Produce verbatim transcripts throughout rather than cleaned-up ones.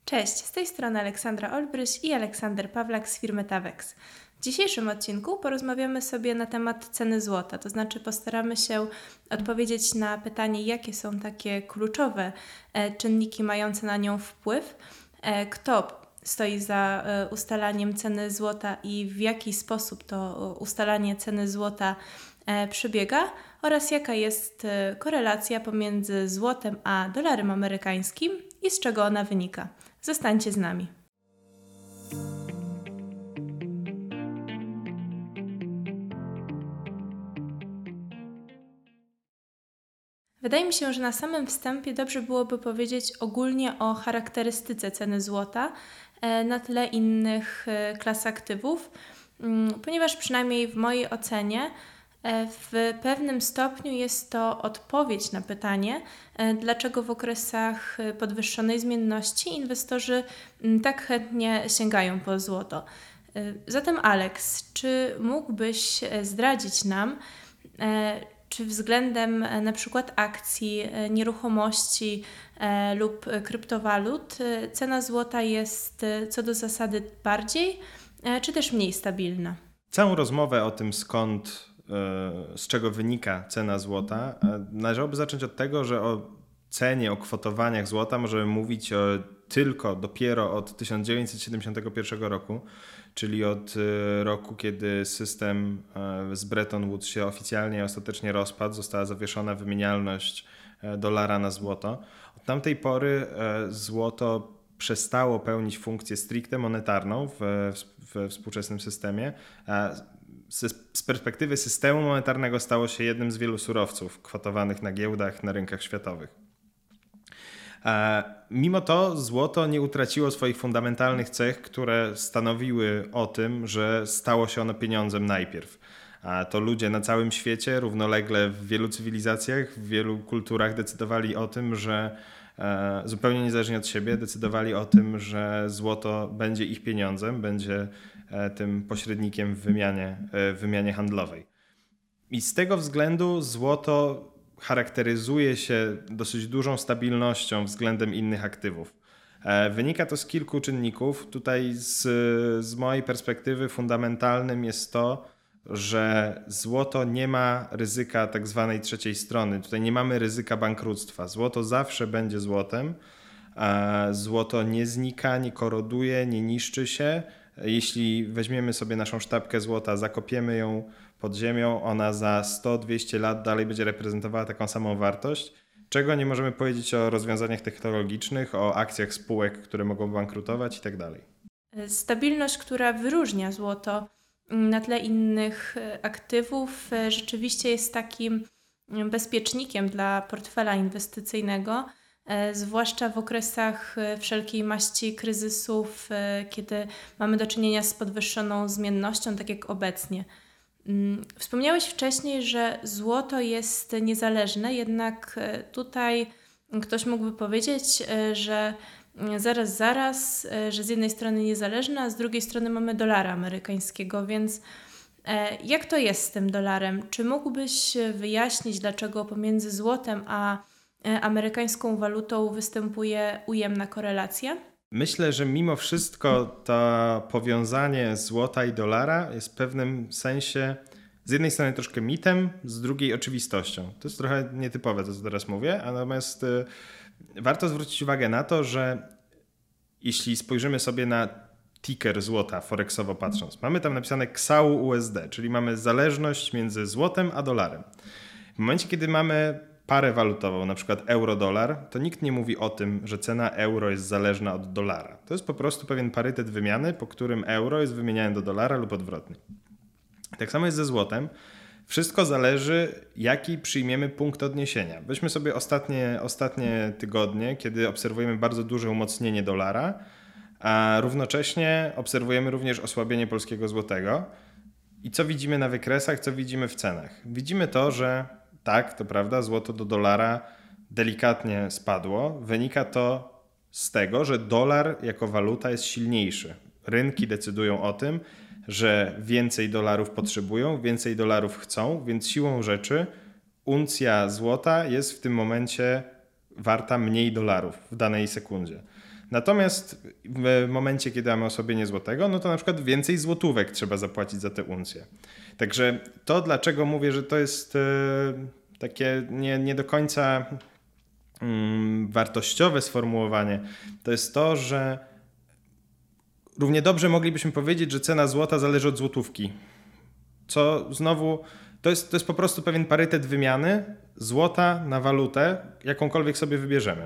Cześć, z tej strony Aleksandra Olbryś i Aleksander Pawlak z firmy Tawex. W dzisiejszym odcinku porozmawiamy sobie na temat ceny złota, to znaczy postaramy się odpowiedzieć na pytanie, jakie są takie kluczowe e, czynniki mające na nią wpływ, e, kto stoi za e, ustalaniem ceny złota i w jaki sposób to e, ustalanie ceny złota e, przebiega oraz jaka jest e, korelacja pomiędzy złotem a dolarem amerykańskim i z czego ona wynika. Zostańcie z nami. Wydaje mi się, że na samym wstępie dobrze byłoby powiedzieć ogólnie o charakterystyce ceny złota e, na tle innych e, klas aktywów, mm, ponieważ przynajmniej w mojej ocenie e, w pewnym stopniu jest to odpowiedź na pytanie, e, dlaczego w okresach e, podwyższonej zmienności inwestorzy m, tak chętnie sięgają po złoto. E, Zatem Alex, czy mógłbyś e, zdradzić nam, e, czy względem e, na przykład akcji, e, nieruchomości e, lub e, kryptowalut e, cena złota jest e, co do zasady bardziej e, czy też mniej stabilna? Całą rozmowę o tym, skąd, e, z czego wynika cena złota, e, należałoby zacząć od tego, że o cenie, o kwotowaniach złota możemy mówić o, tylko dopiero od tysiąc dziewięćset siedemdziesiątego pierwszego roku, czyli od e, roku, kiedy system e, z Bretton Woods się oficjalnie i ostatecznie rozpadł, została zawieszona wymienialność e, dolara na złoto. Od tamtej pory e, złoto przestało pełnić funkcję stricte monetarną w, w współczesnym systemie. A z, z perspektywy systemu monetarnego stało się jednym z wielu surowców kwotowanych na giełdach, na rynkach światowych. A mimo to złoto nie utraciło swoich fundamentalnych cech, które stanowiły o tym, że stało się ono pieniądzem najpierw. A to ludzie na całym świecie równolegle w wielu cywilizacjach, w wielu kulturach decydowali o tym, że e, zupełnie niezależnie od siebie decydowali o tym, że złoto będzie ich pieniądzem, będzie e, tym pośrednikiem w wymianie, e, w wymianie handlowej. I z tego względu złoto charakteryzuje się dosyć dużą stabilnością względem innych aktywów. E, Wynika to z kilku czynników. Tutaj z, z mojej perspektywy fundamentalnym jest to, że złoto nie ma ryzyka tak zwanej trzeciej strony. Tutaj nie mamy ryzyka bankructwa. Złoto zawsze będzie złotem. a Złoto nie znika, nie koroduje, nie niszczy się. Jeśli weźmiemy sobie naszą sztabkę złota, zakopiemy ją pod ziemią, ona za sto dwieście lat dalej będzie reprezentowała taką samą wartość. Czego nie możemy powiedzieć o rozwiązaniach technologicznych, o akcjach spółek, które mogą bankrutować i tak dalej. Stabilność, która wyróżnia złoto mm, na tle innych e, aktywów, e, rzeczywiście jest takim mm, bezpiecznikiem dla portfela inwestycyjnego, e, zwłaszcza w okresach e, wszelkiej maści kryzysów, e, kiedy mamy do czynienia z podwyższoną zmiennością, tak jak obecnie. Mm, Wspomniałeś wcześniej, że złoto jest niezależne, jednak e, tutaj ktoś mógłby powiedzieć, e, że mm, zaraz, zaraz, e, że z jednej strony niezależne, a z drugiej strony mamy dolara amerykańskiego, więc e, jak to jest z tym dolarem? Czy mógłbyś e, wyjaśnić, dlaczego pomiędzy złotem a e, amerykańską walutą występuje ujemna korelacja? Myślę, że mimo wszystko to powiązanie złota i dolara jest w pewnym sensie z jednej strony troszkę mitem, z drugiej oczywistością. To jest trochę nietypowe to, co teraz mówię, natomiast y, warto zwrócić uwagę na to, że jeśli spojrzymy sobie na ticker złota, forexowo patrząc, mamy tam napisane X A U U S D, czyli mamy zależność między złotem a dolarem. W momencie, kiedy mamy parę walutową, na przykład euro-dolar, to nikt nie mówi o tym, że cena euro jest zależna od dolara. To jest po prostu pewien parytet wymiany, po którym euro jest wymieniane do dolara lub odwrotnie. Tak samo jest ze złotem. Wszystko zależy, jaki przyjmiemy punkt odniesienia. Weźmy sobie ostatnie, ostatnie tygodnie, kiedy obserwujemy bardzo duże umocnienie dolara, a równocześnie obserwujemy również osłabienie polskiego złotego. I co widzimy na wykresach, co widzimy w cenach? Widzimy to, że tak, to prawda, złoto do dolara delikatnie spadło. Wynika to z tego, że dolar jako waluta jest silniejszy. Rynki decydują o tym, że więcej dolarów potrzebują, więcej dolarów chcą, więc siłą rzeczy uncja złota jest w tym momencie warta mniej dolarów w danej sekundzie. Natomiast w momencie, kiedy mamy osłabienie złotego, no to na przykład więcej złotówek trzeba zapłacić za tę uncję. Także to, dlaczego mówię, że to jest takie nie, nie do końca mm, wartościowe sformułowanie, to jest to, że równie dobrze moglibyśmy powiedzieć, że cena złota zależy od złotówki. Co znowu, to jest, to jest po prostu pewien parytet wymiany złota na walutę, jakąkolwiek sobie wybierzemy.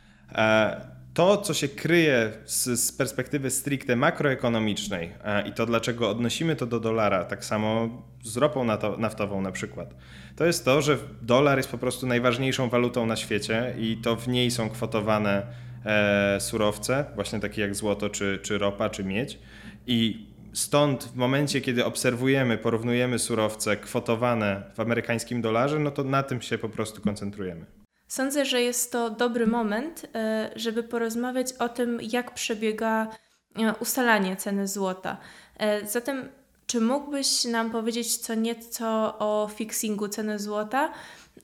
To, co się kryje z, z perspektywy stricte makroekonomicznej i to, dlaczego odnosimy to do dolara, tak samo z ropą naftową na przykład, to jest to, że dolar jest po prostu najważniejszą walutą na świecie i to w niej są kwotowane e, surowce, właśnie takie jak złoto, czy, czy ropa, czy miedź. I stąd w momencie, kiedy obserwujemy, porównujemy surowce kwotowane w amerykańskim dolarze, no to na tym się po prostu koncentrujemy. Sądzę, że jest to dobry moment, żeby porozmawiać o tym, jak przebiega ustalanie ceny złota. Zatem, czy mógłbyś nam powiedzieć co nieco o fixingu ceny złota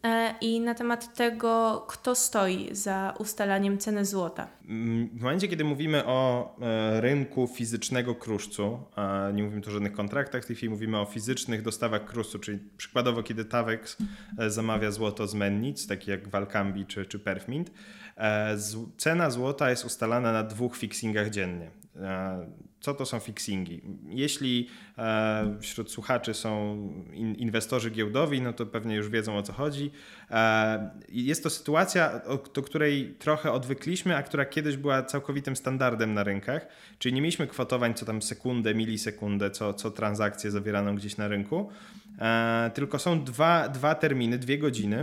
i na temat tego, kto stoi za ustalaniem ceny złota? W momencie, kiedy mówimy o rynku fizycznego kruszcu, nie mówimy tu o żadnych kontraktach, w tej chwili mówimy o fizycznych dostawach kruszcu, czyli przykładowo, kiedy Tawex zamawia złoto z mennic, takie jak Valcambi czy, czy Perfmint, cena złota jest ustalana na dwóch fixingach dziennie. Co to są fixingi? Jeśli e, wśród słuchaczy są in, inwestorzy giełdowi, no to pewnie już wiedzą, o co chodzi. E, jest to sytuacja, do której trochę odwykliśmy, a która kiedyś była całkowitym standardem na rynkach, czyli nie mieliśmy kwotowań co tam sekundę, milisekundę, co, co transakcję zawieraną gdzieś na rynku, e, tylko są dwa, dwa terminy, dwie godziny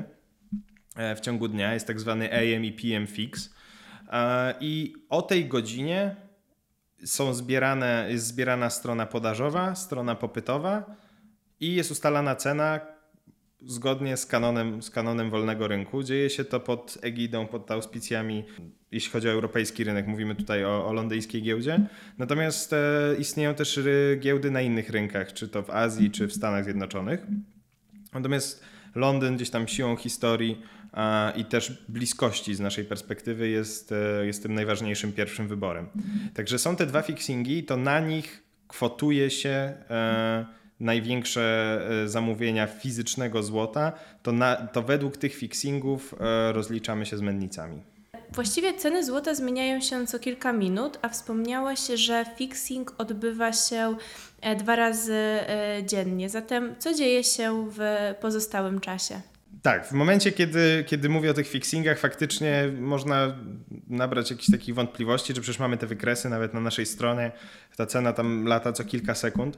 w ciągu dnia, jest tak zwany A M i P M fix e, i o tej godzinie są zbierane, jest zbierana strona podażowa, strona popytowa i jest ustalana cena zgodnie z kanonem, z kanonem wolnego rynku. Dzieje się to pod egidą, pod auspicjami, jeśli chodzi o europejski rynek. Mówimy tutaj o, o londyńskiej giełdzie. Natomiast e, istnieją też giełdy na innych rynkach, czy to w Azji, czy w Stanach Zjednoczonych. Natomiast Londyn gdzieś tam siłą historii a, i też bliskości z naszej perspektywy jest, jest tym najważniejszym pierwszym wyborem. Także są te dwa fixingi, to na nich kwotuje się e, największe zamówienia fizycznego złota, to, na, to według tych fixingów e, rozliczamy się z mennicami. Właściwie ceny złota zmieniają się co kilka minut, a wspomniałeś, że fixing odbywa się dwa razy dziennie. Zatem co dzieje się w pozostałym czasie? Tak, w momencie, kiedy, kiedy mówię o tych fixingach, faktycznie można nabrać jakichś takich wątpliwości, że przecież mamy te wykresy nawet na naszej stronie, ta cena tam lata co kilka sekund.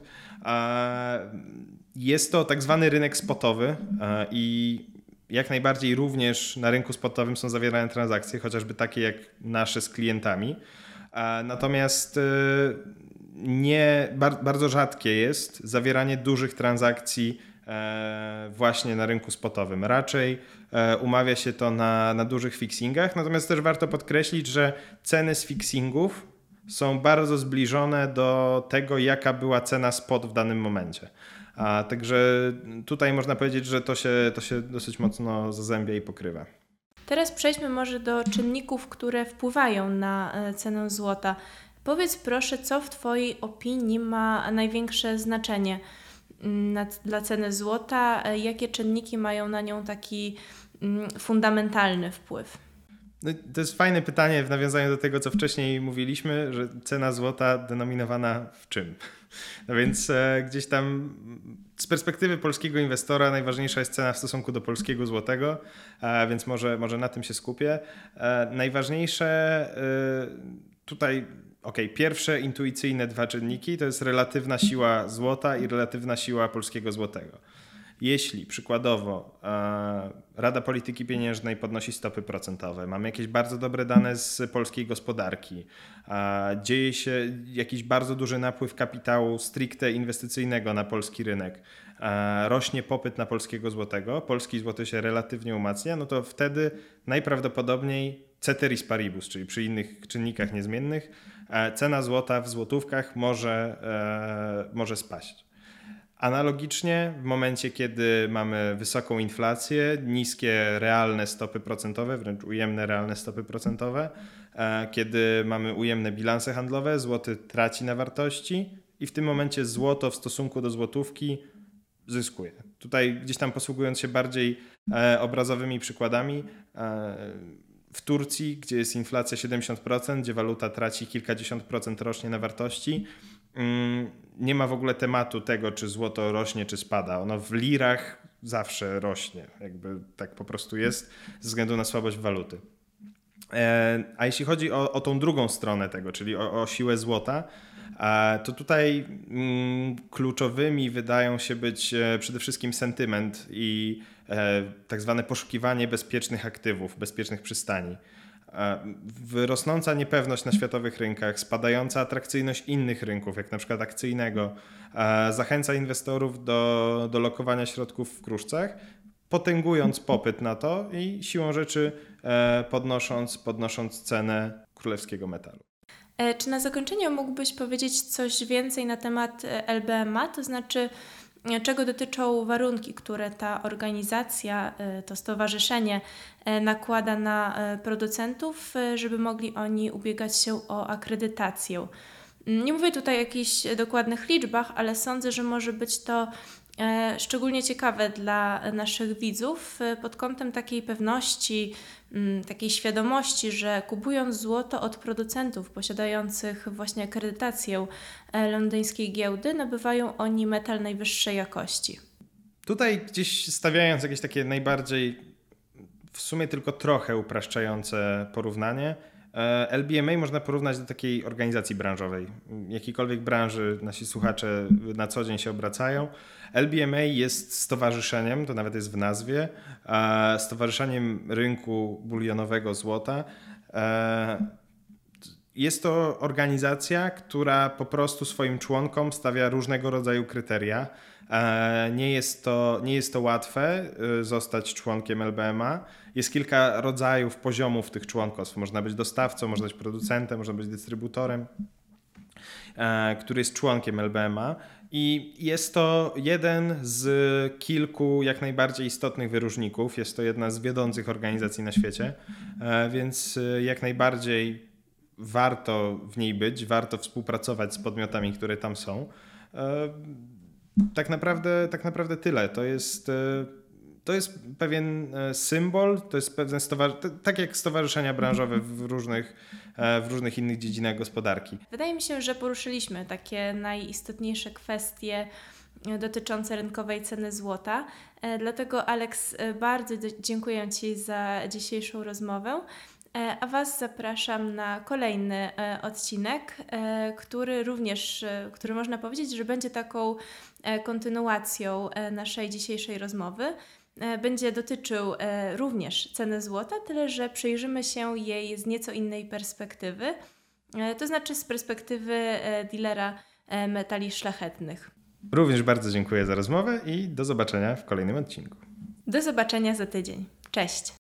Jest to tak zwany rynek spotowy i jak najbardziej również na rynku spotowym są zawierane transakcje, chociażby takie jak nasze z klientami. Natomiast nie, bardzo rzadkie jest zawieranie dużych transakcji właśnie na rynku spotowym. Raczej umawia się to na, na dużych fixingach, natomiast też warto podkreślić, że ceny z fixingów są bardzo zbliżone do tego, jaka była cena spot w danym momencie. A także tutaj można powiedzieć, że to się, to się dosyć mocno zazębia i pokrywa. Teraz przejdźmy może do czynników, które wpływają na cenę złota. Powiedz proszę, co w Twojej opinii ma największe znaczenie na, dla ceny złota? Jakie czynniki mają na nią taki mm, fundamentalny wpływ? No, to jest fajne pytanie w nawiązaniu do tego, co wcześniej mówiliśmy, że cena złota denominowana w czym? No więc e, gdzieś tam z perspektywy polskiego inwestora najważniejsza jest cena w stosunku do polskiego złotego, e, więc może, może na tym się skupię. E, najważniejsze e, tutaj, okej, okay, pierwsze intuicyjne dwa czynniki to jest relatywna siła złota i relatywna siła polskiego złotego. Jeśli przykładowo e, Rada Polityki Pieniężnej podnosi stopy procentowe, mamy jakieś bardzo dobre dane z polskiej gospodarki, e, dzieje się jakiś bardzo duży napływ kapitału stricte inwestycyjnego na polski rynek, e, rośnie popyt na polskiego złotego, polski złoty się relatywnie umacnia, no to wtedy najprawdopodobniej ceteris paribus, czyli przy innych czynnikach niezmiennych, e, cena złota w złotówkach może, e, może spaść. Analogicznie w momencie, kiedy mamy wysoką inflację, niskie realne stopy procentowe, wręcz ujemne realne stopy procentowe, kiedy mamy ujemne bilanse handlowe, złoty traci na wartości i w tym momencie złoto w stosunku do złotówki zyskuje. Tutaj gdzieś tam posługując się bardziej obrazowymi przykładami, w Turcji, gdzie jest inflacja siedemdziesiąt procent, gdzie waluta traci kilkadziesiąt procent rocznie na wartości, nie ma w ogóle tematu tego, czy złoto rośnie, czy spada. Ono w lirach zawsze rośnie. Jakby tak po prostu jest ze względu na słabość waluty. A jeśli chodzi o, o tą drugą stronę tego, czyli o, o siłę złota, to tutaj mm, kluczowymi wydają się być przede wszystkim sentyment i e, tak zwane poszukiwanie bezpiecznych aktywów, bezpiecznych przystani. Rosnąca niepewność na światowych rynkach, spadająca atrakcyjność innych rynków, jak na przykład akcyjnego, zachęca inwestorów do, do lokowania środków w kruszcach, potęgując popyt na to i siłą rzeczy podnosząc, podnosząc cenę królewskiego metalu. Czy na zakończenie mógłbyś powiedzieć coś więcej na temat L B M A, to znaczy czego dotyczą warunki, które ta organizacja, to stowarzyszenie nakłada na producentów, żeby mogli oni ubiegać się o akredytację. Nie mówię tutaj o jakichś dokładnych liczbach, ale sądzę, że może być to szczególnie ciekawe dla naszych widzów pod kątem takiej pewności, takiej świadomości, że kupując złoto od producentów posiadających właśnie akredytację londyńskiej giełdy, nabywają oni metal najwyższej jakości. Tutaj gdzieś stawiając jakieś takie najbardziej w sumie tylko trochę upraszczające porównanie, L B M A można porównać do takiej organizacji branżowej. Jakiejkolwiek branży nasi słuchacze na co dzień się obracają. L B M A jest stowarzyszeniem, to nawet jest w nazwie, stowarzyszeniem rynku bulionowego złota. Jest to organizacja, która po prostu swoim członkom stawia różnego rodzaju kryteria. Nie jest to, nie jest to łatwe zostać członkiem L B M A. Jest kilka rodzajów, poziomów tych członkostw. Można być dostawcą, można być producentem, można być dystrybutorem, który jest członkiem L B M A. I jest to jeden z kilku jak najbardziej istotnych wyróżników. Jest to jedna z wiodących organizacji na świecie, więc jak najbardziej warto w niej być, warto współpracować z podmiotami, które tam są. Tak naprawdę, tak naprawdę tyle. To jest, to jest pewien symbol, to jest pewien stowarzyszenie, tak jak stowarzyszenia branżowe w różnych, w różnych innych dziedzinach gospodarki. Wydaje mi się, że poruszyliśmy takie najistotniejsze kwestie dotyczące rynkowej ceny złota. Dlatego, Alex, bardzo dziękuję Ci za dzisiejszą rozmowę. A Was zapraszam na kolejny odcinek, który również, który można powiedzieć, że będzie taką kontynuacją naszej dzisiejszej rozmowy. Będzie dotyczył również ceny złota, tyle że przyjrzymy się jej z nieco innej perspektywy, to znaczy z perspektywy dealera metali szlachetnych. Również bardzo dziękuję za rozmowę i do zobaczenia w kolejnym odcinku. Do zobaczenia za tydzień. Cześć!